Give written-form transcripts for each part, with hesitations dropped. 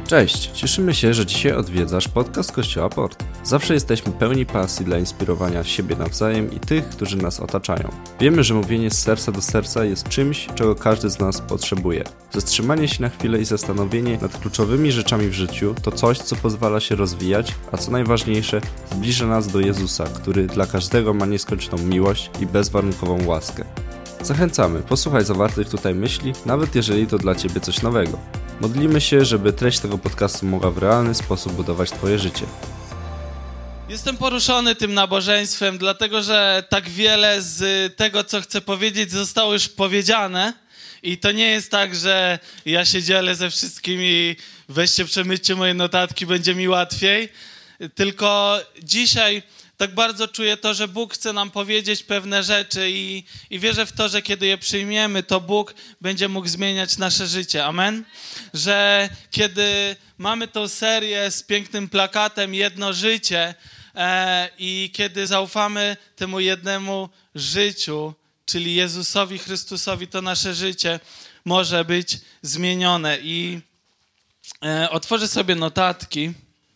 Cześć, cieszymy się, że dzisiaj odwiedzasz podcast Kościoła Port. Zawsze jesteśmy pełni pasji dla inspirowania siebie nawzajem i tych, którzy nas otaczają. Wiemy, że mówienie z serca do serca jest czymś, czego każdy z nas potrzebuje. Zatrzymanie się na chwilę i zastanowienie nad kluczowymi rzeczami w życiu to coś, co pozwala się rozwijać, a co najważniejsze, zbliża nas do Jezusa, który dla każdego ma nieskończoną miłość i bezwarunkową łaskę. Zachęcamy, posłuchaj zawartych tutaj myśli, nawet jeżeli to dla Ciebie coś nowego. Modlimy się, żeby treść tego podcastu mogła w realny sposób budować Twoje życie. Jestem poruszony tym nabożeństwem, dlatego że tak wiele z tego, co chcę powiedzieć, zostało już powiedziane. I to nie jest tak, że ja się dzielę ze wszystkimi, weźcie, przemyćcie moje notatki, będzie mi łatwiej. Tylko dzisiaj tak bardzo czuję to, że Bóg chce nam powiedzieć pewne rzeczy i wierzę w to, że kiedy je przyjmiemy, to Bóg będzie mógł zmieniać nasze życie. Amen? Że kiedy mamy tą serię z pięknym plakatem Jedno życie i kiedy zaufamy temu jednemu życiu, czyli Jezusowi Chrystusowi, to nasze życie może być zmienione. I otworzę sobie notatki.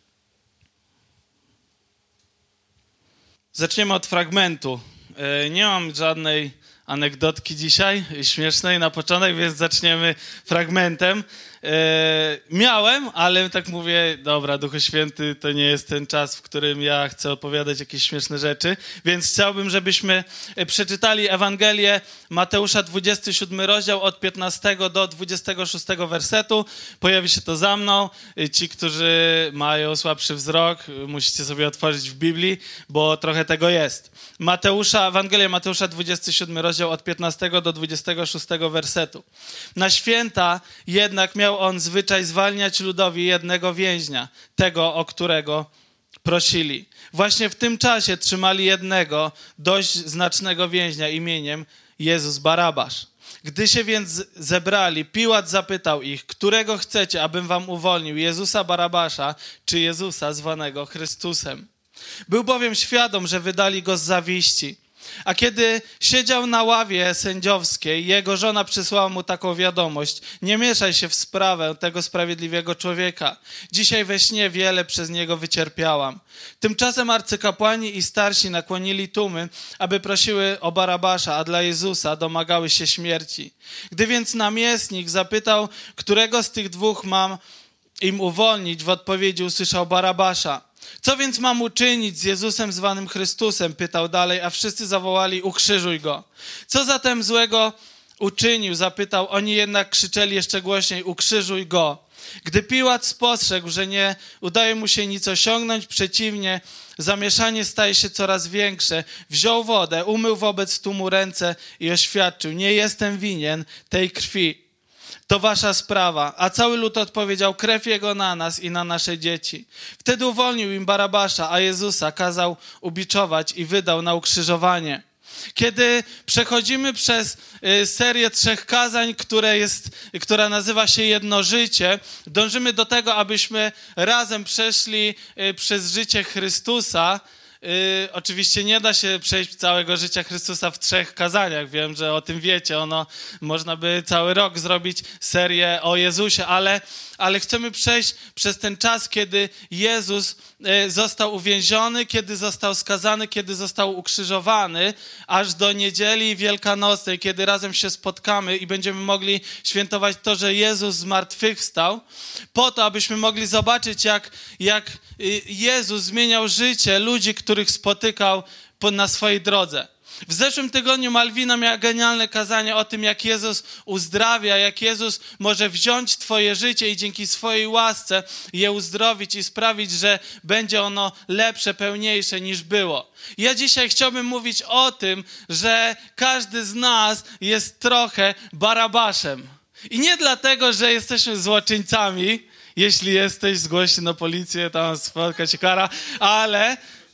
Zaczniemy od fragmentu. Nie mam żadnej anegdotki dzisiaj, śmiesznej na początek, więc zaczniemy fragmentem. Miałem, ale tak mówię, dobra, Duchu Święty, to nie jest ten czas, w którym ja chcę opowiadać jakieś śmieszne rzeczy, więc chciałbym, żebyśmy przeczytali Ewangelię Mateusza 27 rozdział od 15 do 26 wersetu. Pojawi się to za mną. Ci, którzy mają słabszy wzrok, musicie sobie otworzyć w Biblii, bo trochę tego jest. Ewangelia Mateusza 27 rozdział od 15 do 26 wersetu. Na święta jednak miał on zwyczaj zwalniać ludowi jednego więźnia, tego, o którego prosili. Właśnie w tym czasie trzymali jednego dość znacznego więźnia imieniem Jezus Barabasz. Gdy się więc zebrali, Piłat zapytał ich, którego chcecie, abym wam uwolnił, Jezusa Barabasza czy Jezusa zwanego Chrystusem. Był bowiem świadom, że wydali go z zawiści. A kiedy siedział na ławie sędziowskiej, jego żona przysłała mu taką wiadomość: nie mieszaj się w sprawę tego sprawiedliwego człowieka. Dzisiaj we śnie wiele przez niego wycierpiałam. Tymczasem arcykapłani i starsi nakłonili tłumy, aby prosiły o Barabasza, a dla Jezusa domagały się śmierci. Gdy więc namiestnik zapytał, którego z tych dwóch mam im uwolnić, w odpowiedzi usłyszał Barabasza. Co więc mam uczynić z Jezusem zwanym Chrystusem? Pytał dalej, a wszyscy zawołali: ukrzyżuj go. Co zatem złego uczynił? Zapytał. Oni jednak krzyczeli jeszcze głośniej: ukrzyżuj go. Gdy Piłat spostrzegł, że nie udaje mu się nic osiągnąć, przeciwnie, zamieszanie staje się coraz większe, wziął wodę, umył wobec tłumu ręce i oświadczył: nie jestem winien tej krwi. To wasza sprawa. A cały lud odpowiedział: krew jego na nas i na nasze dzieci. Wtedy uwolnił im Barabasza, a Jezusa kazał ubiczować i wydał na ukrzyżowanie. Kiedy przechodzimy przez serię 3 kazań, która nazywa się Jedno życie, dążymy do tego, abyśmy razem przeszli przez życie Chrystusa. Oczywiście nie da się przejść całego życia Chrystusa w 3 kazaniach. Wiem, że o tym wiecie. Można by cały rok zrobić serię o Jezusie, ale chcemy przejść przez ten czas, kiedy Jezus został uwięziony, kiedy został skazany, kiedy został ukrzyżowany, aż do niedzieli wielkanocnej, kiedy razem się spotkamy i będziemy mogli świętować to, że Jezus zmartwychwstał, po to, abyśmy mogli zobaczyć, jak Jezus zmieniał życie ludzi, których spotykał na swojej drodze. W zeszłym tygodniu Malwina miała genialne kazanie o tym, jak Jezus uzdrawia, jak Jezus może wziąć twoje życie i dzięki swojej łasce je uzdrowić i sprawić, że będzie ono lepsze, pełniejsze niż było. Ja dzisiaj chciałbym mówić o tym, że każdy z nas jest trochę Barabaszem. I nie dlatego, że jesteśmy złoczyńcami. Jeśli jesteś, zgłoś się na policję, tam spotka się kara, ale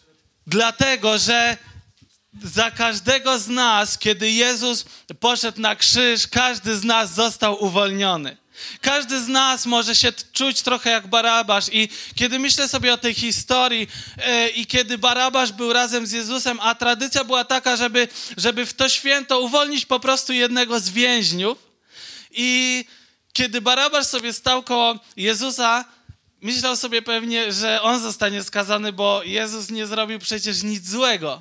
dlatego, że za każdego z nas, kiedy Jezus poszedł na krzyż, każdy z nas został uwolniony. Każdy z nas może się czuć trochę jak Barabasz i kiedy myślę sobie o tej historii i kiedy Barabasz był razem z Jezusem, a tradycja była taka, żeby w to święto uwolnić po prostu jednego z więźniów i kiedy Barabasz sobie stał koło Jezusa, myślał sobie pewnie, że on zostanie skazany, bo Jezus nie zrobił przecież nic złego.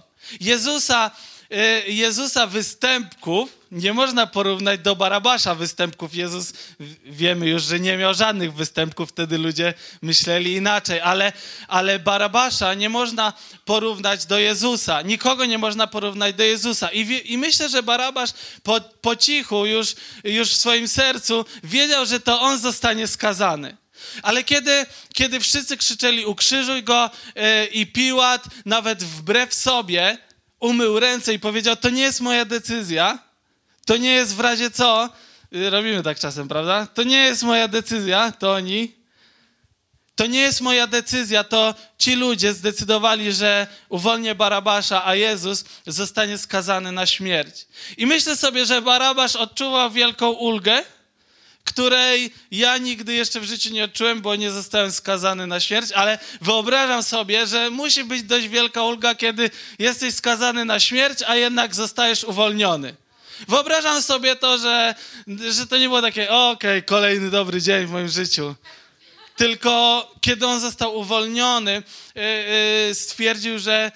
Jezusa występków nie można porównać do Barabasza występków. Jezus, wiemy już, że nie miał żadnych występków, wtedy ludzie myśleli inaczej, ale Barabasza nie można porównać do Jezusa. Nikogo nie można porównać do Jezusa. I myślę, że Barabasz po cichu już w swoim sercu wiedział, że to on zostanie skazany. Ale kiedy wszyscy krzyczeli ukrzyżuj go i Piłat nawet wbrew sobie umył ręce i powiedział, to nie jest moja decyzja, to nie jest w razie co, robimy tak czasem, prawda? To nie jest moja decyzja, to oni. To nie jest moja decyzja, to ci ludzie zdecydowali, że uwolnię Barabasza, a Jezus zostanie skazany na śmierć. I myślę sobie, że Barabasz odczuwał wielką ulgę, której ja nigdy jeszcze w życiu nie odczułem, bo nie zostałem skazany na śmierć, ale wyobrażam sobie, że musi być dość wielka ulga, kiedy jesteś skazany na śmierć, a jednak zostajesz uwolniony. Wyobrażam sobie to, że to nie było takie, okej, kolejny dobry dzień w moim życiu. Tylko kiedy on został uwolniony, stwierdził, że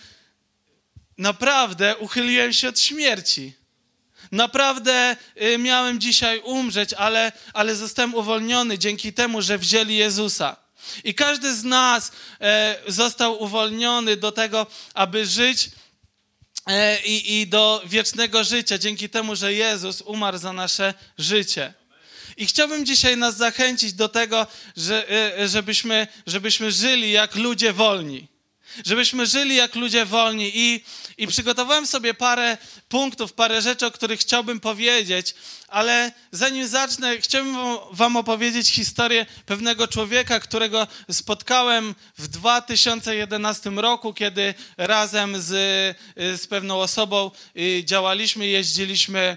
naprawdę uchyliłem się od śmierci. Naprawdę miałem dzisiaj umrzeć, ale zostałem uwolniony dzięki temu, że wzięli Jezusa. I każdy z nas został uwolniony do tego, aby żyć i do wiecznego życia, dzięki temu, że Jezus umarł za nasze życie. I chciałbym dzisiaj nas zachęcić do tego, żebyśmy żyli jak ludzie wolni. Żebyśmy żyli jak ludzie wolni i przygotowałem sobie parę punktów, parę rzeczy, o których chciałbym powiedzieć, ale zanim zacznę, chciałbym wam opowiedzieć historię pewnego człowieka, którego spotkałem w 2011 roku, kiedy razem z pewną osobą działaliśmy, jeździliśmy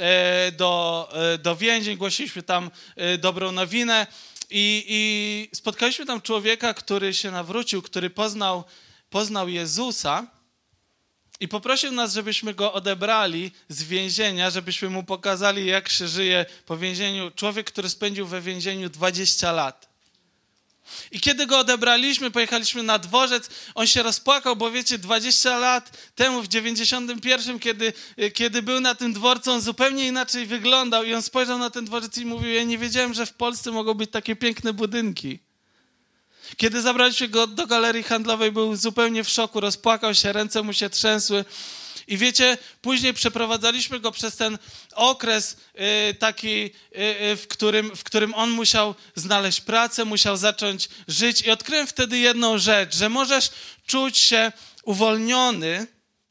do więzień, głosiliśmy tam dobrą nowinę i spotkaliśmy tam człowieka, który się nawrócił, który poznał Jezusa i poprosił nas, żebyśmy go odebrali z więzienia, żebyśmy mu pokazali, jak się żyje po więzieniu. Człowiek, który spędził we więzieniu 20 lat. I kiedy go odebraliśmy, pojechaliśmy na dworzec, on się rozpłakał, bo wiecie, 20 lat temu, w 91, kiedy był na tym dworcu, on zupełnie inaczej wyglądał i on spojrzał na ten dworzec i mówił, ja nie wiedziałem, że w Polsce mogą być takie piękne budynki. Kiedy zabraliśmy go do galerii handlowej, był zupełnie w szoku, rozpłakał się, ręce mu się trzęsły. I wiecie, później przeprowadzaliśmy go przez ten okres taki, w którym on musiał znaleźć pracę, musiał zacząć żyć. I odkryłem wtedy jedną rzecz, że możesz czuć się uwolniony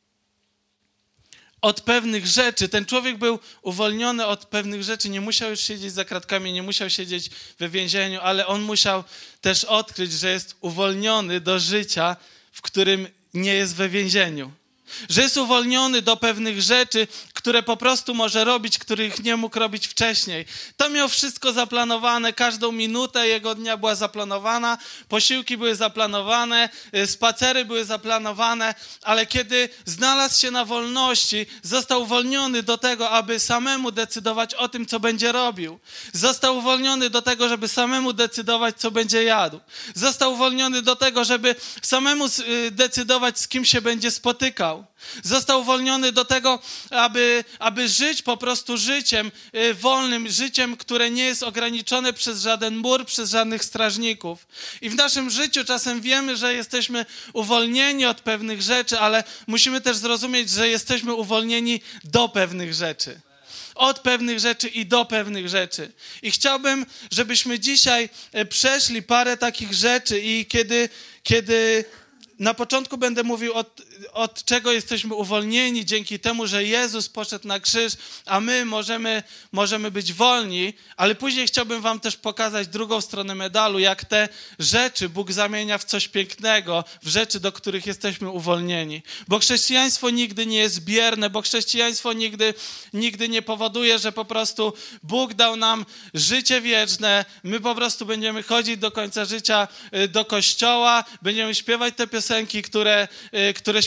od pewnych rzeczy. Ten człowiek był uwolniony od pewnych rzeczy, nie musiał już siedzieć za kratkami, nie musiał siedzieć we więzieniu, ale on musiał też odkryć, że jest uwolniony do życia, w którym nie jest we więzieniu. Że jest uwolniony do pewnych rzeczy, które po prostu może robić, których nie mógł robić wcześniej. To miał wszystko zaplanowane, każdą minutę jego dnia była zaplanowana, posiłki były zaplanowane, spacery były zaplanowane, ale kiedy znalazł się na wolności, został uwolniony do tego, aby samemu decydować o tym, co będzie robił. Został uwolniony do tego, żeby samemu decydować, co będzie jadł. Został uwolniony do tego, żeby samemu decydować, z kim się będzie spotykał. Został uwolniony do tego, aby żyć po prostu życiem wolnym, życiem, które nie jest ograniczone przez żaden mur, przez żadnych strażników. I w naszym życiu czasem wiemy, że jesteśmy uwolnieni od pewnych rzeczy, ale musimy też zrozumieć, że jesteśmy uwolnieni do pewnych rzeczy. Od pewnych rzeczy i do pewnych rzeczy. I chciałbym, żebyśmy dzisiaj przeszli parę takich rzeczy i kiedy na początku będę mówił od czego jesteśmy uwolnieni dzięki temu, że Jezus poszedł na krzyż, a my możemy być wolni, ale później chciałbym wam też pokazać drugą stronę medalu, jak te rzeczy Bóg zamienia w coś pięknego, w rzeczy, do których jesteśmy uwolnieni. Bo chrześcijaństwo nigdy nie jest bierne, bo chrześcijaństwo nigdy nie powoduje, że po prostu Bóg dał nam życie wieczne, my po prostu będziemy chodzić do końca życia do kościoła, będziemy śpiewać te piosenki, które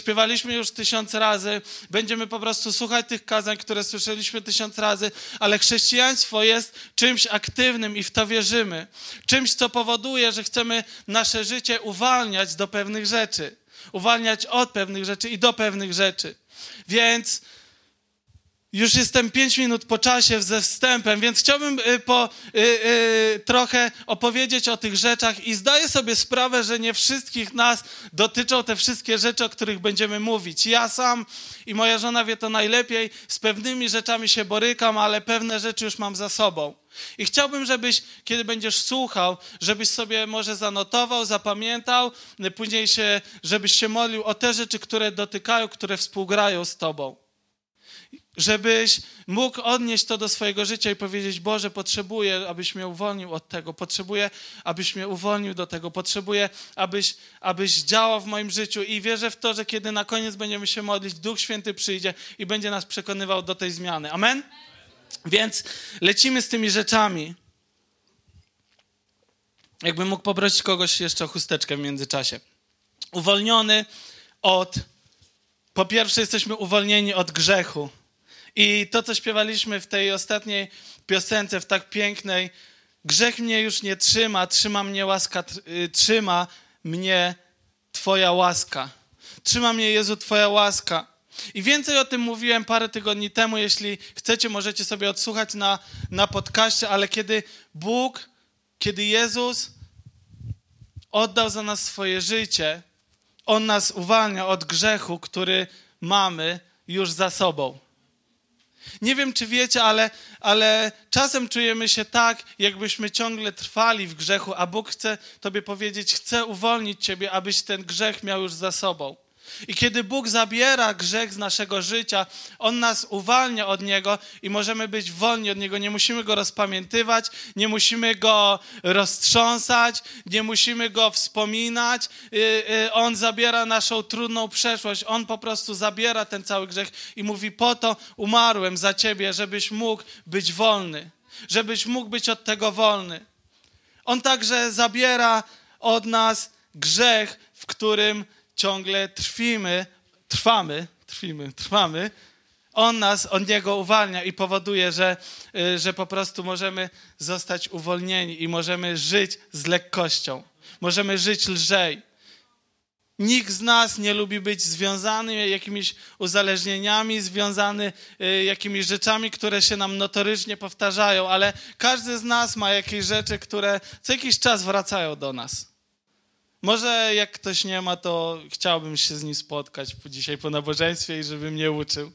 śpiewaliśmy już 1000 razy, będziemy po prostu słuchać tych kazań, które słyszeliśmy 1000 razy, ale chrześcijaństwo jest czymś aktywnym i w to wierzymy. Czymś, co powoduje, że chcemy nasze życie uwalniać do pewnych rzeczy. Uwalniać od pewnych rzeczy i do pewnych rzeczy. Więc już jestem 5 minut po czasie ze wstępem, więc chciałbym trochę opowiedzieć o tych rzeczach i zdaję sobie sprawę, że nie wszystkich nas dotyczą te wszystkie rzeczy, o których będziemy mówić. Ja sam i moja żona wie to najlepiej, z pewnymi rzeczami się borykam, ale pewne rzeczy już mam za sobą. I chciałbym, żebyś, kiedy będziesz słuchał, żebyś sobie może zanotował, zapamiętał, później żebyś się modlił o te rzeczy, które dotykają, które współgrają z tobą. Żebyś mógł odnieść to do swojego życia i powiedzieć: Boże, potrzebuję, abyś mnie uwolnił od tego, potrzebuję, abyś mnie uwolnił do tego, potrzebuję, abyś działał w moim życiu i wierzę w to, że kiedy na koniec będziemy się modlić, Duch Święty przyjdzie i będzie nas przekonywał do tej zmiany. Amen? Więc lecimy z tymi rzeczami. Jakbym mógł poprosić kogoś jeszcze o chusteczkę w międzyczasie. Po pierwsze jesteśmy uwolnieni od grzechu. I to, co śpiewaliśmy w tej ostatniej piosence, w tak pięknej: grzech mnie już nie trzyma, trzyma mnie Twoja łaska. Trzyma mnie, Jezu, Twoja łaska. I więcej o tym mówiłem parę tygodni temu, jeśli chcecie, możecie sobie odsłuchać na podcaście, ale kiedy Jezus oddał za nas swoje życie, On nas uwalnia od grzechu, który mamy już za sobą. Nie wiem, czy wiecie, ale czasem czujemy się tak, jakbyśmy ciągle trwali w grzechu, a Bóg chce tobie powiedzieć: chcę uwolnić ciebie, abyś ten grzech miał już za sobą. I kiedy Bóg zabiera grzech z naszego życia, On nas uwalnia od niego i możemy być wolni od niego. Nie musimy go rozpamiętywać, nie musimy go roztrząsać, nie musimy go wspominać. On zabiera naszą trudną przeszłość. On po prostu zabiera ten cały grzech i mówi: po to umarłem za ciebie, żebyś mógł być wolny, żebyś mógł być od tego wolny. On także zabiera od nas grzech, w którym ciągle trwamy. On nas od niego uwalnia i powoduje, że po prostu możemy zostać uwolnieni i możemy żyć z lekkością. Możemy żyć lżej. Nikt z nas nie lubi być związany jakimiś uzależnieniami, związany jakimiś rzeczami, które się nam notorycznie powtarzają, ale każdy z nas ma jakieś rzeczy, które co jakiś czas wracają do nas. Może jak ktoś nie ma, to chciałbym się z nim spotkać dzisiaj po nabożeństwie i żeby mnie uczył.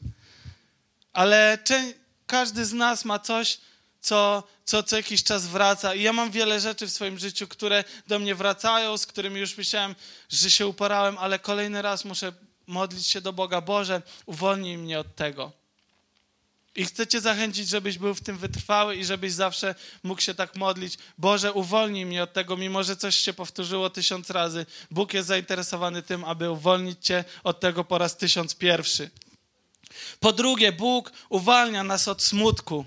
Ale każdy z nas ma coś, co jakiś czas wraca. I ja mam wiele rzeczy w swoim życiu, które do mnie wracają, z którymi już myślałem, że się uporałem, ale kolejny raz muszę modlić się do Boga: Boże, uwolnij mnie od tego. I chcę cię zachęcić, żebyś był w tym wytrwały i żebyś zawsze mógł się tak modlić: Boże, uwolnij mnie od tego, mimo że coś się powtórzyło 1000 razy. Bóg jest zainteresowany tym, aby uwolnić cię od tego po raz 1001. Po drugie, Bóg uwalnia nas od smutku.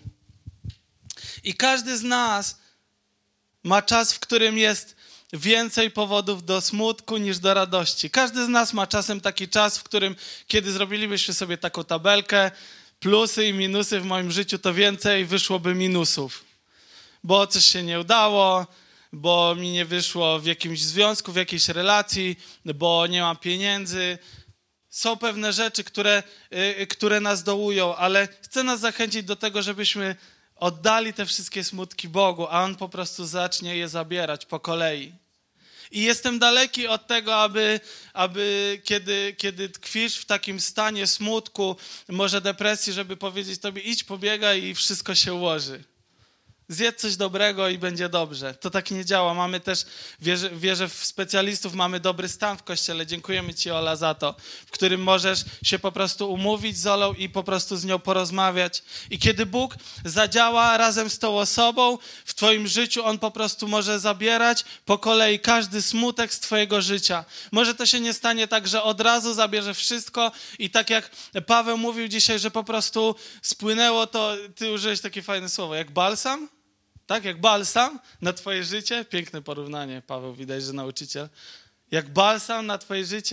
I każdy z nas ma czas, w którym jest więcej powodów do smutku niż do radości. Każdy z nas ma czasem taki czas, w którym, kiedy zrobilibyśmy sobie taką tabelkę, plusy i minusy w moim życiu, to więcej wyszłoby minusów. Bo coś się nie udało, bo mi nie wyszło w jakimś związku, w jakiejś relacji, bo nie mam pieniędzy. Są pewne rzeczy, które nas dołują, ale chcę nas zachęcić do tego, żebyśmy oddali te wszystkie smutki Bogu, a On po prostu zacznie je zabierać po kolei. I jestem daleki od tego, aby kiedy tkwisz w takim stanie smutku, może depresji, żeby powiedzieć tobie: idź, pobiegaj i wszystko się ułoży. Zjedz coś dobrego i będzie dobrze. To tak nie działa. Mamy też, wierzę w specjalistów, mamy dobry stan w Kościele. Dziękujemy ci, Ola, za to, w którym możesz się po prostu umówić z Olą i po prostu z nią porozmawiać. I kiedy Bóg zadziała razem z tą osobą w twoim życiu, On po prostu może zabierać po kolei każdy smutek z twojego życia. Może to się nie stanie tak, że od razu zabierze wszystko i tak jak Paweł mówił dzisiaj, że po prostu spłynęło to, ty użyłeś takie fajne słowo, jak balsam? Tak, jak balsam na twoje życie. Piękne porównanie, Paweł, widać, że nauczyciel. Jak balsam na twoje życie,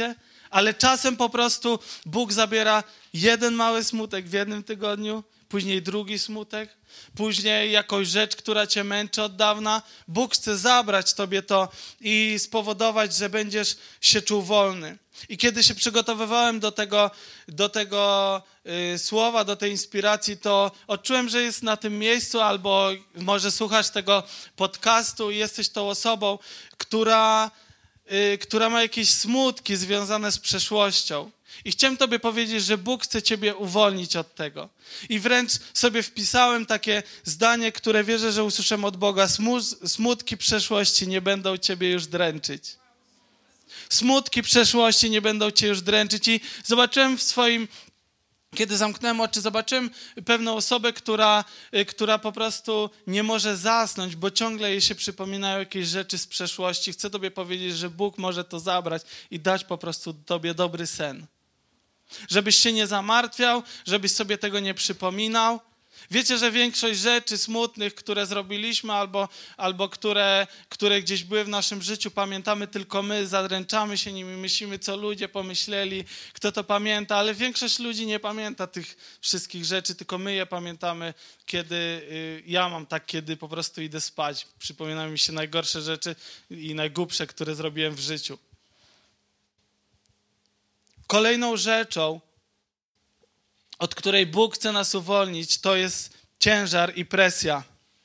Ale czasem po prostu Bóg zabiera jeden mały smutek w jednym tygodniu, później drugi smutek, później jakąś rzecz, która cię męczy od dawna. Bóg chce zabrać tobie to i spowodować, że będziesz się czuł wolny. I kiedy się przygotowywałem do tego słowa, do tej inspiracji, to odczułem, że jest na tym miejscu, albo może słuchasz tego podcastu i jesteś tą osobą, która ma jakieś smutki związane z przeszłością. I chciałem tobie powiedzieć, że Bóg chce ciebie uwolnić od tego. I wręcz sobie wpisałem takie zdanie, które wierzę, że usłyszę od Boga. Smutki przeszłości nie będą ciebie już dręczyć. Smutki przeszłości nie będą cię już dręczyć. I zobaczyłem kiedy zamknąłem oczy, zobaczyłem pewną osobę, która po prostu nie może zasnąć, bo ciągle jej się przypominają jakieś rzeczy z przeszłości. Chcę tobie powiedzieć, że Bóg może to zabrać i dać po prostu tobie dobry sen. Żebyś się nie zamartwiał, żebyś sobie tego nie przypominał. Wiecie, że większość rzeczy smutnych, które zrobiliśmy albo które gdzieś były w naszym życiu, pamiętamy tylko my, zadręczamy się nimi, myślimy, co ludzie pomyśleli, kto to pamięta, ale większość ludzi nie pamięta tych wszystkich rzeczy, tylko my je pamiętamy, ja mam tak, kiedy po prostu idę spać. Przypominają mi się najgorsze rzeczy i najgłupsze, które zrobiłem w życiu. Kolejną rzeczą, od której Bóg chce nas uwolnić, to jest ciężar i presja.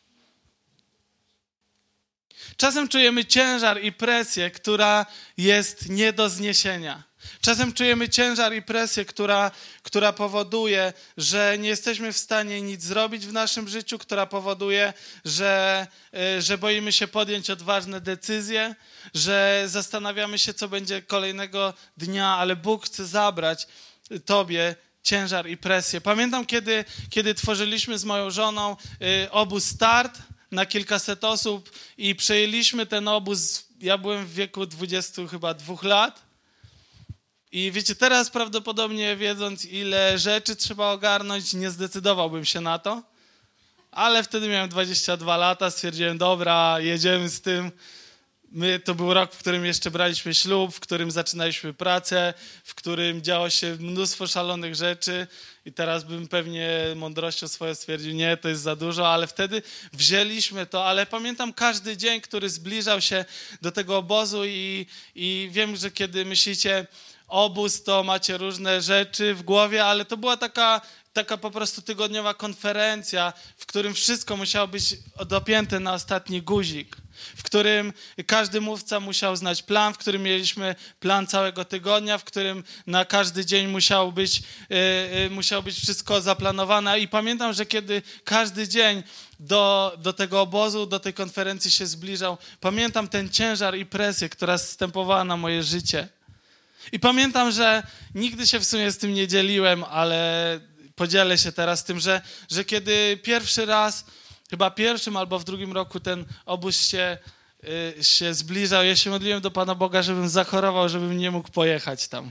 Czasem czujemy ciężar i presję, która jest nie do zniesienia. Czasem czujemy ciężar i presję, która powoduje, że nie jesteśmy w stanie nic zrobić w naszym życiu, która powoduje, że boimy się podjąć odważne decyzje, że zastanawiamy się, co będzie kolejnego dnia, ale Bóg chce zabrać tobie ciężar i presję. Pamiętam, kiedy tworzyliśmy z moją żoną obóz Start na kilkaset osób i przejęliśmy ten obóz, ja byłem w wieku 22 lat. I wiecie, teraz prawdopodobnie wiedząc, ile rzeczy trzeba ogarnąć, nie zdecydowałbym się na to. Ale wtedy miałem 22 lata, stwierdziłem, dobra, jedziemy z tym. To był rok, w którym jeszcze braliśmy ślub, w którym zaczynaliśmy pracę, w którym działo się mnóstwo szalonych rzeczy i teraz bym pewnie mądrością swoją stwierdził, nie, to jest za dużo, ale wtedy wzięliśmy to, ale pamiętam każdy dzień, który zbliżał się do tego obozu i wiem, że kiedy myślicie obóz, to macie różne rzeczy w głowie, ale to była taka po prostu tygodniowa konferencja, w którym wszystko musiało być dopięte na ostatni guzik, w którym każdy mówca musiał znać plan, w którym mieliśmy plan całego tygodnia, w którym na każdy dzień musiało być wszystko zaplanowane. I pamiętam, że kiedy każdy dzień do tego obozu, do tej konferencji się zbliżał, pamiętam ten ciężar i presję, która zstępowała na moje życie. I pamiętam, że nigdy się w sumie z tym nie dzieliłem, ale podzielę się teraz tym, że kiedy pierwszy raz, chyba pierwszym albo w drugim roku ten obóz się zbliżał, ja się modliłem do Pana Boga, żebym zachorował, żebym nie mógł pojechać tam.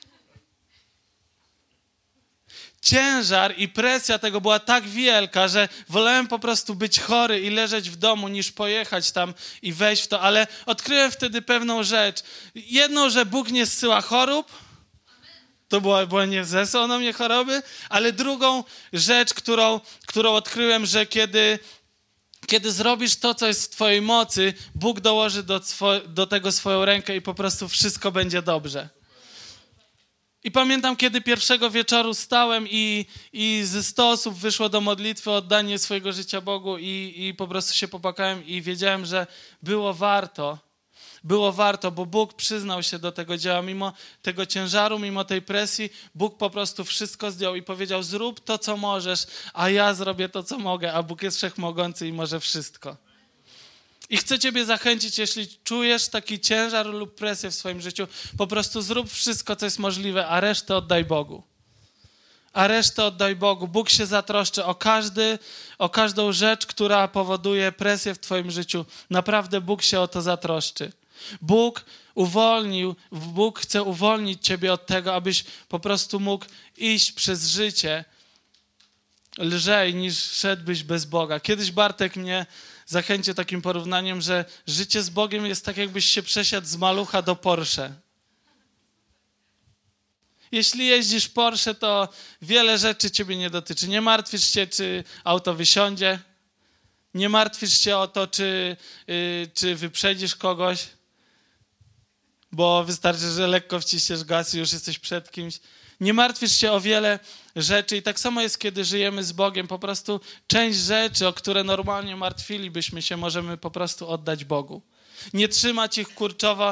Ciężar i presja tego była tak wielka, że wolałem po prostu być chory i leżeć w domu, niż pojechać tam i wejść w to. Ale odkryłem wtedy pewną rzecz. Jedną, że Bóg nie zsyła chorób. To była nie zesłał na mnie choroby. Ale drugą rzecz, którą odkryłem, że kiedy zrobisz to, co jest w twojej mocy, Bóg dołoży do tego swoją rękę i po prostu wszystko będzie dobrze. I pamiętam, kiedy pierwszego wieczoru stałem i ze 100 osób wyszło do modlitwy o oddanie swojego życia Bogu i po prostu się popłakałem i wiedziałem, że było warto, bo Bóg przyznał się do tego dzieła, mimo tego ciężaru, mimo tej presji, Bóg po prostu wszystko zdjął i powiedział, zrób to, co możesz, a ja zrobię to, co mogę, a Bóg jest wszechmogący i może wszystko. I chcę ciebie zachęcić, jeśli czujesz taki ciężar lub presję w swoim życiu, po prostu zrób wszystko, co jest możliwe, a resztę oddaj Bogu. Bóg się zatroszczy o każdą rzecz, która powoduje presję w twoim życiu. Naprawdę Bóg się o to zatroszczy. Bóg chce uwolnić ciebie od tego, abyś po prostu mógł iść przez życie lżej, niż szedłbyś bez Boga. Kiedyś Bartek mnie zachęcił takim porównaniem, że życie z Bogiem jest tak, jakbyś się przesiadł z malucha do Porsche. Jeśli jeździsz Porsche, to wiele rzeczy ciebie nie dotyczy. Nie martwisz się, czy auto wysiądzie. Nie martwisz się o to, czy wyprzedzisz kogoś, bo wystarczy, że lekko wciśniesz gaz i już jesteś przed kimś. Nie martwisz się o wiele rzeczy i tak samo jest, kiedy żyjemy z Bogiem. Po prostu część rzeczy, o które normalnie martwilibyśmy się, możemy po prostu oddać Bogu. Nie trzymać ich kurczowo,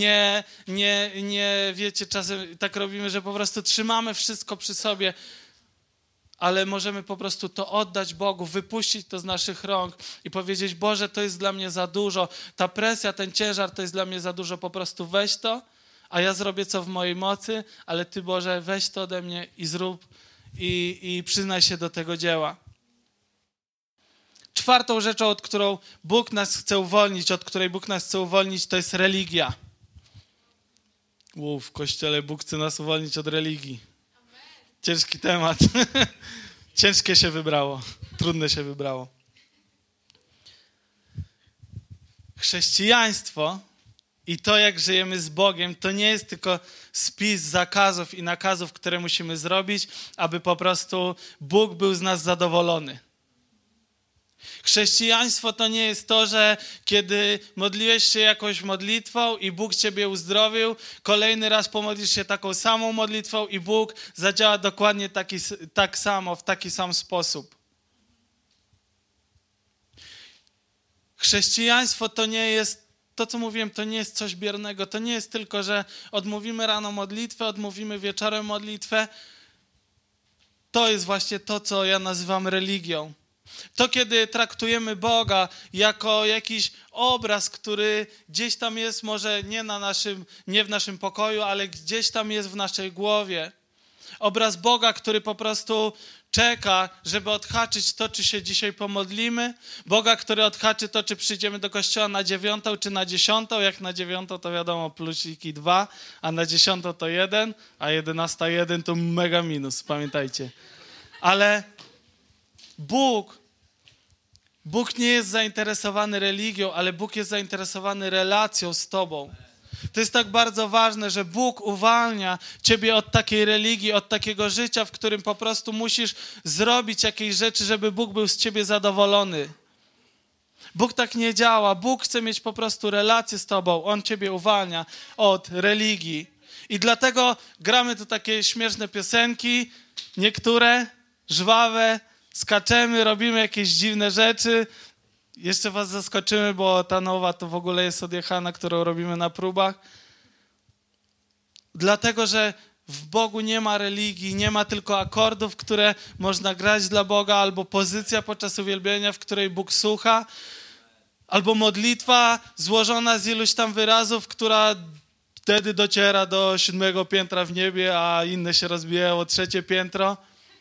nie wiecie, czasem tak robimy, że po prostu trzymamy wszystko przy sobie, ale możemy po prostu to oddać Bogu, wypuścić to z naszych rąk i powiedzieć: Boże, to jest dla mnie za dużo, ta presja, ten ciężar to jest dla mnie za dużo, po prostu weź to, a ja zrobię co w mojej mocy, ale Ty, Boże, weź to ode mnie i zrób i przyznaj się do tego dzieła. Czwartą rzeczą, od której Bóg nas chce uwolnić, to jest religia. W Kościele Bóg chce nas uwolnić od religii. Ciężki temat. Ciężkie się wybrało. Trudne się wybrało. Chrześcijaństwo i to, jak żyjemy z Bogiem, to nie jest tylko spis zakazów i nakazów, które musimy zrobić, aby po prostu Bóg był z nas zadowolony. Chrześcijaństwo to nie jest to, że kiedy modliłeś się jakąś modlitwą i Bóg ciebie uzdrowił, kolejny raz pomodlisz się taką samą modlitwą i Bóg zadziała dokładnie tak samo, w taki sam sposób. Chrześcijaństwo to nie jest, to co mówiłem, to nie jest coś biernego. To nie jest tylko, że odmówimy rano modlitwę, odmówimy wieczorem modlitwę. To jest właśnie to, co ja nazywam religią. To, kiedy traktujemy Boga jako jakiś obraz, który gdzieś tam jest, może nie w naszym pokoju, ale gdzieś tam jest w naszej głowie. Obraz Boga, który po prostu czeka, żeby odhaczyć to, czy się dzisiaj pomodlimy. Boga, który odhaczy to, czy przyjdziemy do kościoła na 9 czy na 10. Jak na 9 to wiadomo plusiki 2, a na 10 to 1, a 11 1 to mega minus, pamiętajcie. Ale Bóg nie jest zainteresowany religią, ale Bóg jest zainteresowany relacją z tobą. To jest tak bardzo ważne, że Bóg uwalnia ciebie od takiej religii, od takiego życia, w którym po prostu musisz zrobić jakieś rzeczy, żeby Bóg był z ciebie zadowolony. Bóg tak nie działa. Bóg chce mieć po prostu relację z tobą. On ciebie uwalnia od religii. I dlatego gramy tu takie śmieszne piosenki, niektóre żwawe, skaczemy, robimy jakieś dziwne rzeczy. Jeszcze was zaskoczymy, bo ta nowa to w ogóle jest odjechana, którą robimy na próbach. Dlatego, że w Bogu nie ma religii, nie ma tylko akordów, które można grać dla Boga, albo pozycja podczas uwielbienia, w której Bóg słucha, albo modlitwa złożona z iluś tam wyrazów, która wtedy dociera do 7 piętra w niebie, a inne się rozbijają o 3 piętro.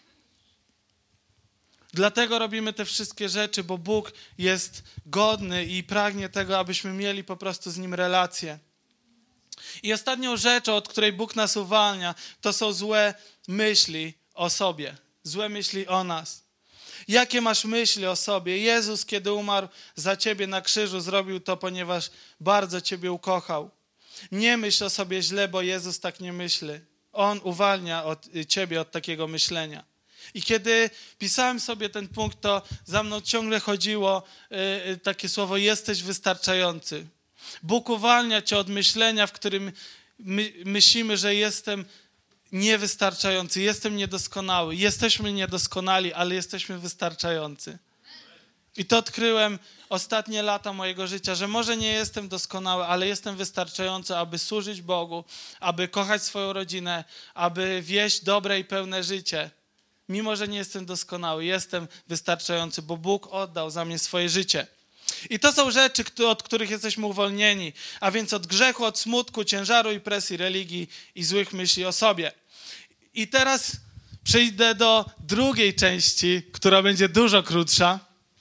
Dlatego robimy te wszystkie rzeczy, bo Bóg jest godny i pragnie tego, abyśmy mieli po prostu z Nim relację. I ostatnią rzeczą, od której Bóg nas uwalnia, to są złe myśli o sobie, złe myśli o nas. Jakie masz myśli o sobie? Jezus, kiedy umarł za ciebie na krzyżu, zrobił to, ponieważ bardzo ciebie ukochał. Nie myśl o sobie źle, bo Jezus tak nie myśli. On uwalnia ciebie od takiego myślenia. I kiedy pisałem sobie ten punkt, to za mną ciągle chodziło takie słowo: jesteś wystarczający. Bóg uwalnia cię od myślenia, w którym myślimy, że jestem niewystarczający, jestem niedoskonały. Jesteśmy niedoskonali, ale jesteśmy wystarczający. I to odkryłem ostatnie lata mojego życia, że może nie jestem doskonały, ale jestem wystarczający, aby służyć Bogu, aby kochać swoją rodzinę, aby wieść dobre i pełne życie. Mimo że nie jestem doskonały, jestem wystarczający, bo Bóg oddał za mnie swoje życie. I to są rzeczy, od których jesteśmy uwolnieni, a więc od grzechu, od smutku, ciężaru i presji religii i złych myśli o sobie. I teraz przejdę do drugiej części, która będzie dużo krótsza,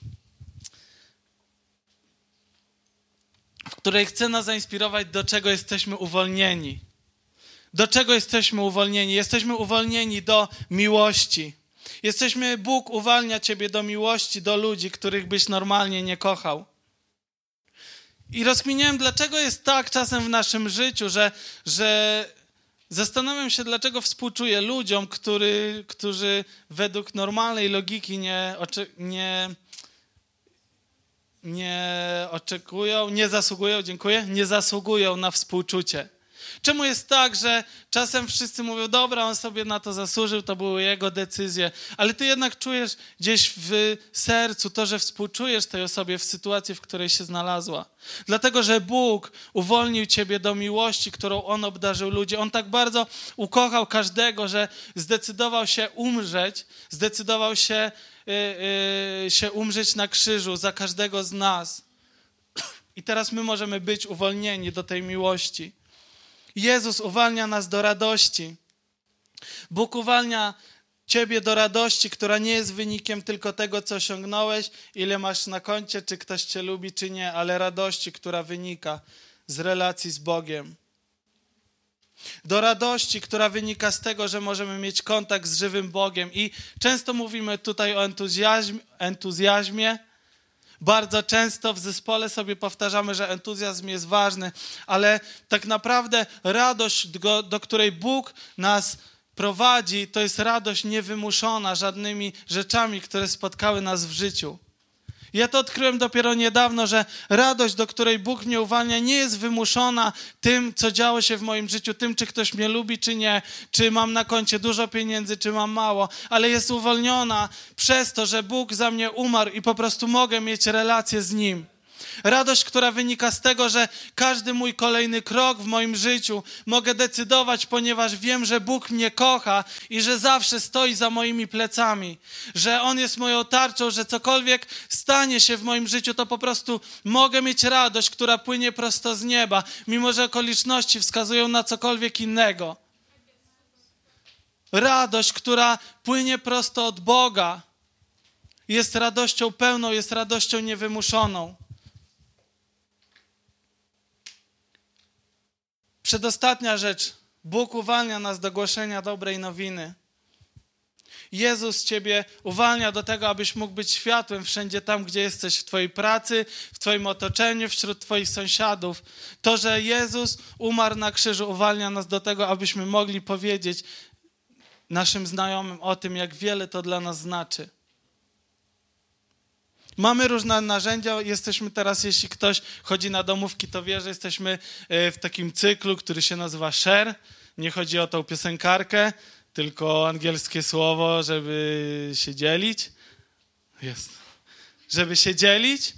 w której chcę nas zainspirować, do czego jesteśmy uwolnieni. Do czego jesteśmy uwolnieni? Jesteśmy uwolnieni do miłości. Bóg uwalnia ciebie do miłości, do ludzi, których byś normalnie nie kochał. I rozkminiałem, dlaczego jest tak czasem w naszym życiu, że Zastanawiam się, dlaczego współczuję ludziom, którzy według normalnej logiki nie zasługują na współczucie. Czemu jest tak, że czasem wszyscy mówią, dobra, on sobie na to zasłużył, to były jego decyzje, ale ty jednak czujesz gdzieś w sercu to, że współczujesz tej osobie w sytuacji, w której się znalazła. Dlatego, że Bóg uwolnił ciebie do miłości, którą On obdarzył ludzi. On tak bardzo ukochał każdego, że zdecydował się umrzeć, umrzeć na krzyżu za każdego z nas. I teraz my możemy być uwolnieni do tej miłości. Jezus uwalnia nas do radości. Bóg uwalnia ciebie do radości, która nie jest wynikiem tylko tego, co osiągnąłeś, ile masz na koncie, czy ktoś cię lubi, czy nie, ale radości, która wynika z relacji z Bogiem. Do radości, która wynika z tego, że możemy mieć kontakt z żywym Bogiem. I często mówimy tutaj o entuzjazmie. Bardzo często w zespole sobie powtarzamy, że entuzjazm jest ważny, ale tak naprawdę radość, do której Bóg nas prowadzi, to jest radość niewymuszona żadnymi rzeczami, które spotkały nas w życiu. Ja to odkryłem dopiero niedawno, że radość, do której Bóg mnie uwalnia, nie jest wymuszona tym, co działo się w moim życiu, tym, czy ktoś mnie lubi, czy nie, czy mam na koncie dużo pieniędzy, czy mam mało, ale jest uwolniona przez to, że Bóg za mnie umarł i po prostu mogę mieć relację z Nim. Radość, która wynika z tego, że każdy mój kolejny krok w moim życiu mogę decydować, ponieważ wiem, że Bóg mnie kocha i że zawsze stoi za moimi plecami, że On jest moją tarczą, że cokolwiek stanie się w moim życiu, to po prostu mogę mieć radość, która płynie prosto z nieba, mimo że okoliczności wskazują na cokolwiek innego. Radość, która płynie prosto od Boga, jest radością pełną, jest radością niewymuszoną. Przedostatnia rzecz. Bóg uwalnia nas do głoszenia dobrej nowiny. Jezus ciebie uwalnia do tego, abyś mógł być światłem wszędzie tam, gdzie jesteś, w twojej pracy, w twoim otoczeniu, wśród twoich sąsiadów. To, że Jezus umarł na krzyżu, uwalnia nas do tego, abyśmy mogli powiedzieć naszym znajomym o tym, jak wiele to dla nas znaczy. Mamy różne narzędzia, jesteśmy teraz, jeśli ktoś chodzi na domówki, to wie, że jesteśmy w takim cyklu, który się nazywa Share. Nie chodzi o tą piosenkarkę, tylko angielskie słowo, żeby się dzielić. Żeby się dzielić.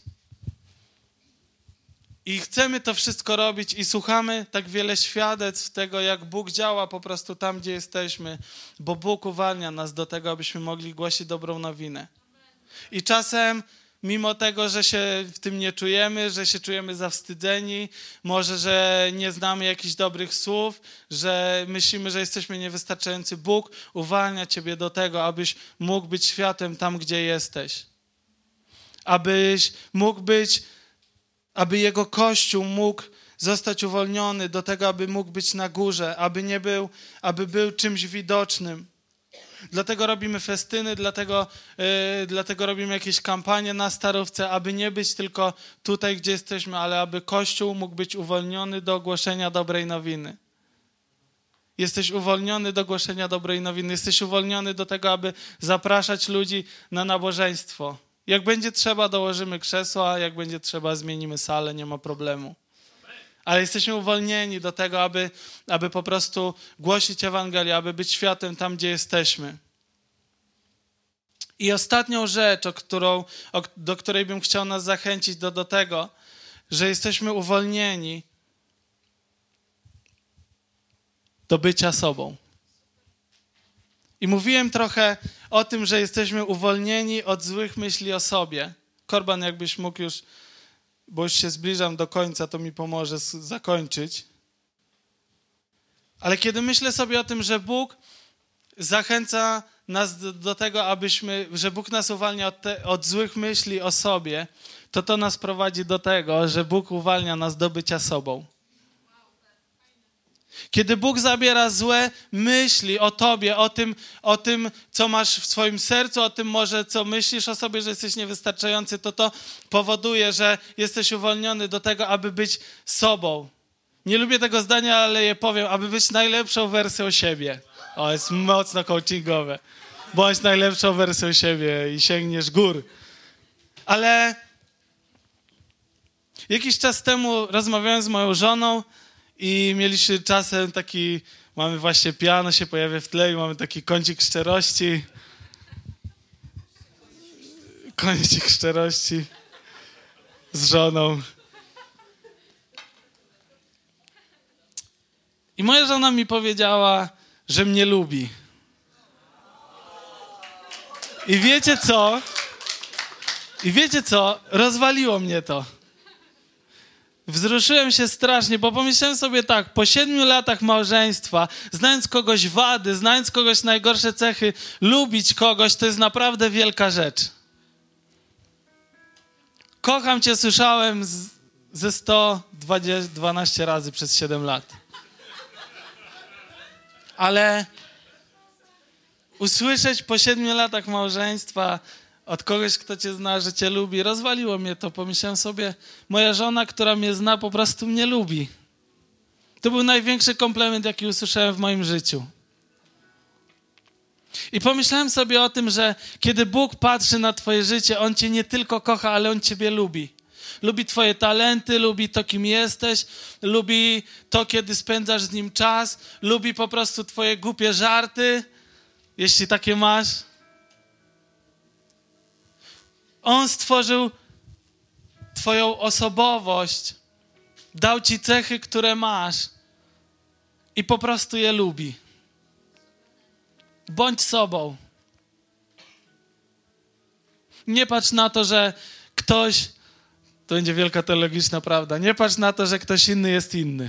I chcemy to wszystko robić i słuchamy tak wiele świadectw tego, jak Bóg działa po prostu tam, gdzie jesteśmy, bo Bóg uwalnia nas do tego, abyśmy mogli głosić dobrą nowinę. I czasem, mimo tego, że się w tym nie czujemy, że się czujemy zawstydzeni, może, że nie znamy jakichś dobrych słów, że myślimy, że jesteśmy niewystarczający, Bóg uwalnia ciebie do tego, abyś mógł być światłem tam, gdzie jesteś. Abyś mógł być, aby Jego Kościół mógł zostać uwolniony do tego, aby mógł być na górze, aby był czymś widocznym. Dlatego robimy festyny, dlatego robimy jakieś kampanie na Starówce, aby nie być tylko tutaj, gdzie jesteśmy, ale aby Kościół mógł być uwolniony do głoszenia dobrej nowiny. Jesteś uwolniony do głoszenia dobrej nowiny. Jesteś uwolniony do tego, aby zapraszać ludzi na nabożeństwo. Jak będzie trzeba, dołożymy krzesła, jak będzie trzeba, zmienimy salę, nie ma problemu. Ale jesteśmy uwolnieni do tego, aby po prostu głosić Ewangelię, aby być światłem tam, gdzie jesteśmy. I ostatnią rzecz, do której bym chciał nas zachęcić, do tego, że jesteśmy uwolnieni do bycia sobą. I mówiłem trochę o tym, że jesteśmy uwolnieni od złych myśli o sobie. Korban, jakbyś mógł już, bo już się zbliżam do końca, to mi pomoże zakończyć. Ale kiedy myślę sobie o tym, że Bóg zachęca nas do tego, że Bóg nas uwalnia od złych myśli o sobie, to nas prowadzi do tego, że Bóg uwalnia nas do bycia sobą. Kiedy Bóg zabiera złe myśli o tobie, o tym, co masz w swoim sercu, o tym może, co myślisz o sobie, że jesteś niewystarczający, to powoduje, że jesteś uwolniony do tego, aby być sobą. Nie lubię tego zdania, ale je powiem, aby być najlepszą wersją siebie. O, jest mocno coachingowe. Bądź najlepszą wersją siebie i sięgniesz gór. Ale jakiś czas temu rozmawiałem z moją żoną i mieliśmy czasem taki, mamy właśnie piano się pojawia w tle i mamy taki kącik szczerości. Kącik szczerości z żoną. I moja żona mi powiedziała, że mnie lubi. I wiecie co? Rozwaliło mnie to. Wzruszyłem się strasznie, bo pomyślałem sobie tak, po 7 latach małżeństwa, znając kogoś wady, znając kogoś najgorsze cechy, lubić kogoś to jest naprawdę wielka rzecz. Kocham cię słyszałem ze 112 razy przez 7 lat. Ale usłyszeć po 7 latach małżeństwa od kogoś, kto cię zna, że cię lubi, rozwaliło mnie to. Pomyślałem sobie, moja żona, która mnie zna, po prostu mnie lubi. To był największy komplement, jaki usłyszałem w moim życiu. I pomyślałem sobie o tym, że kiedy Bóg patrzy na twoje życie, On cię nie tylko kocha, ale On ciebie lubi. Lubi twoje talenty, lubi to, kim jesteś, lubi to, kiedy spędzasz z Nim czas, lubi po prostu twoje głupie żarty, jeśli takie masz. On stworzył twoją osobowość, dał ci cechy, które masz i po prostu je lubi. Bądź sobą. Nie patrz na to, że ktoś, to będzie wielka teologiczna prawda, nie patrz na to, że ktoś inny jest inny.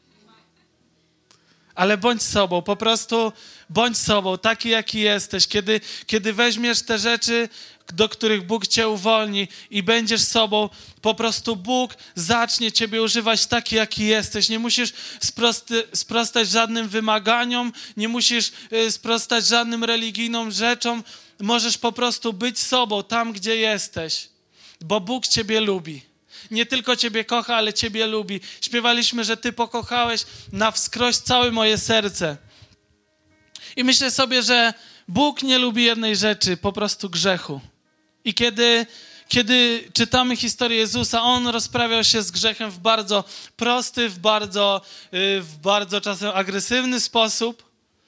Ale bądź sobą, po prostu bądź sobą, taki jaki jesteś. Kiedy weźmiesz te rzeczy, do których Bóg cię uwolni i będziesz sobą, po prostu Bóg zacznie ciebie używać taki, jaki jesteś. Nie musisz sprostać żadnym wymaganiom, nie musisz sprostać żadnym religijnym rzeczom. Możesz po prostu być sobą tam, gdzie jesteś, bo Bóg ciebie lubi. Nie tylko ciebie kocha, ale ciebie lubi. Śpiewaliśmy, że Ty pokochałeś na wskroś całe moje serce. I myślę sobie, że Bóg nie lubi jednej rzeczy, po prostu grzechu. I kiedy czytamy historię Jezusa, On rozprawiał się z grzechem w bardzo prosty, w bardzo czasem agresywny sposób,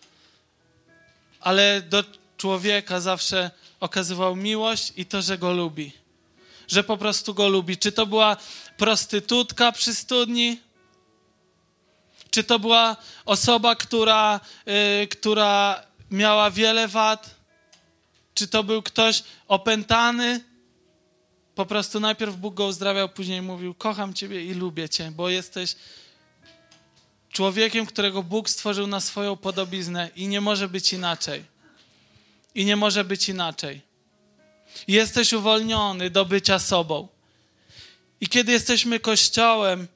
ale do człowieka zawsze okazywał miłość i to, że go lubi. Że po prostu go lubi. Czy to była prostytutka przy studni? Czy to była osoba, która miała wiele wad? Czy to był ktoś opętany? Po prostu najpierw Bóg go uzdrawiał, później mówił, kocham ciebie i lubię cię, bo jesteś człowiekiem, którego Bóg stworzył na swoją podobiznę i nie może być inaczej. I nie może być inaczej. Jesteś uwolniony do bycia sobą. I kiedy jesteśmy Kościołem,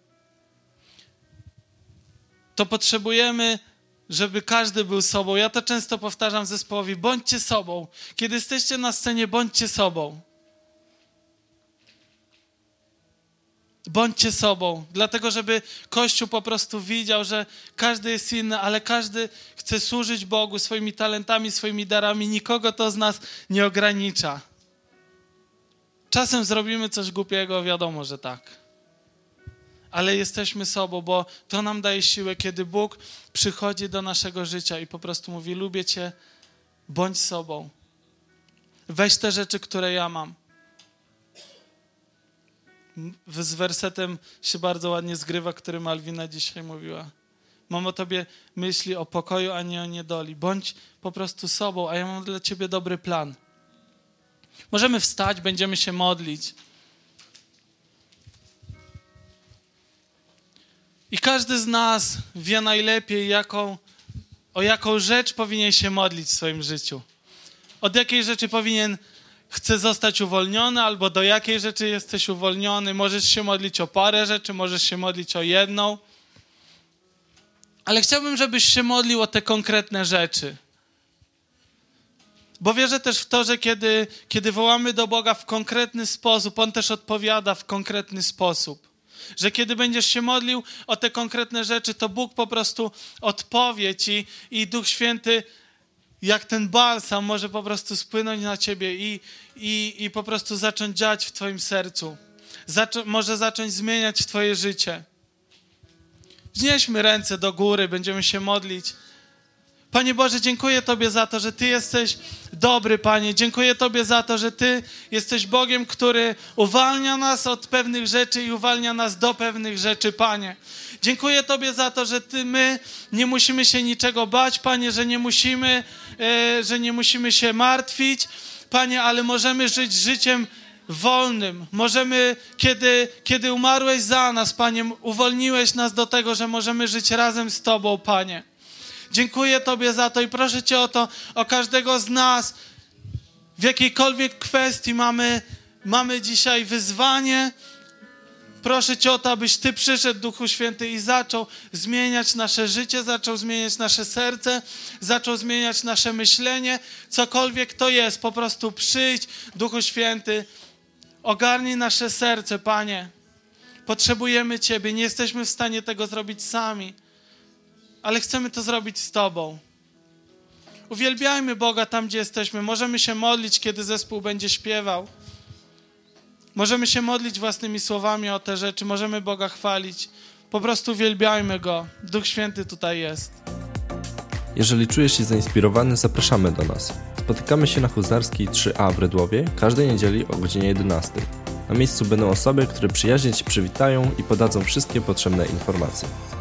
to potrzebujemy, żeby każdy był sobą. Ja to często powtarzam zespołowi, bądźcie sobą. Kiedy jesteście na scenie, bądźcie sobą. Bądźcie sobą, dlatego żeby Kościół po prostu widział, że każdy jest inny, ale każdy chce służyć Bogu swoimi talentami, swoimi darami. Nikogo to z nas nie ogranicza. Czasem zrobimy coś głupiego, wiadomo, że tak. Ale jesteśmy sobą, bo to nam daje siłę, kiedy Bóg przychodzi do naszego życia i po prostu mówi, lubię cię, bądź sobą. Weź te rzeczy, które ja mam. Z wersetem się bardzo ładnie zgrywa, który Malwina dzisiaj mówiła. Mam o tobie myśli o pokoju, a nie o niedoli. Bądź po prostu sobą, a ja mam dla ciebie dobry plan. Możemy wstać, będziemy się modlić. I każdy z nas wie najlepiej, o jaką rzecz powinien się modlić w swoim życiu. Od jakiej rzeczy chce zostać uwolniony, albo do jakiej rzeczy jesteś uwolniony. Możesz się modlić o parę rzeczy, możesz się modlić o jedną. Ale chciałbym, żebyś się modlił o te konkretne rzeczy. Bo wierzę też w to, że kiedy wołamy do Boga w konkretny sposób, On też odpowiada w konkretny sposób. Że kiedy będziesz się modlił o te konkretne rzeczy, to Bóg po prostu odpowie ci i Duch Święty jak ten balsam może po prostu spłynąć na ciebie i po prostu zacząć działać w twoim sercu. Może zacząć zmieniać twoje życie. Wznieśmy ręce do góry, będziemy się modlić. Panie Boże, dziękuję Tobie za to, że Ty jesteś dobry, Panie. Dziękuję Tobie za to, że Ty jesteś Bogiem, który uwalnia nas od pewnych rzeczy i uwalnia nas do pewnych rzeczy, Panie. Dziękuję Tobie za to, że my nie musimy się niczego bać, Panie, że nie musimy się martwić, Panie, ale możemy żyć życiem wolnym. Możemy, kiedy umarłeś za nas, Panie, uwolniłeś nas do tego, że możemy żyć razem z Tobą, Panie. Dziękuję Tobie za to i proszę Cię o to, o każdego z nas. W jakiejkolwiek kwestii mamy dzisiaj wyzwanie. Proszę Cię o to, abyś Ty przyszedł, Duchu Święty, i zaczął zmieniać nasze życie, zaczął zmieniać nasze serce, zaczął zmieniać nasze myślenie. Cokolwiek to jest, po prostu przyjdź, Duchu Święty, ogarnij nasze serce, Panie. Potrzebujemy Ciebie, nie jesteśmy w stanie tego zrobić sami. Ale chcemy to zrobić z Tobą. Uwielbiajmy Boga tam, gdzie jesteśmy. Możemy się modlić, kiedy zespół będzie śpiewał. Możemy się modlić własnymi słowami o te rzeczy. Możemy Boga chwalić. Po prostu uwielbiajmy Go. Duch Święty tutaj jest. Jeżeli czujesz się zainspirowany, zapraszamy do nas. Spotykamy się na Huzarskiej 3A w Redłowie każdej niedzieli o godzinie 11. Na miejscu będą osoby, które przyjaźnie Cię przywitają i podadzą wszystkie potrzebne informacje.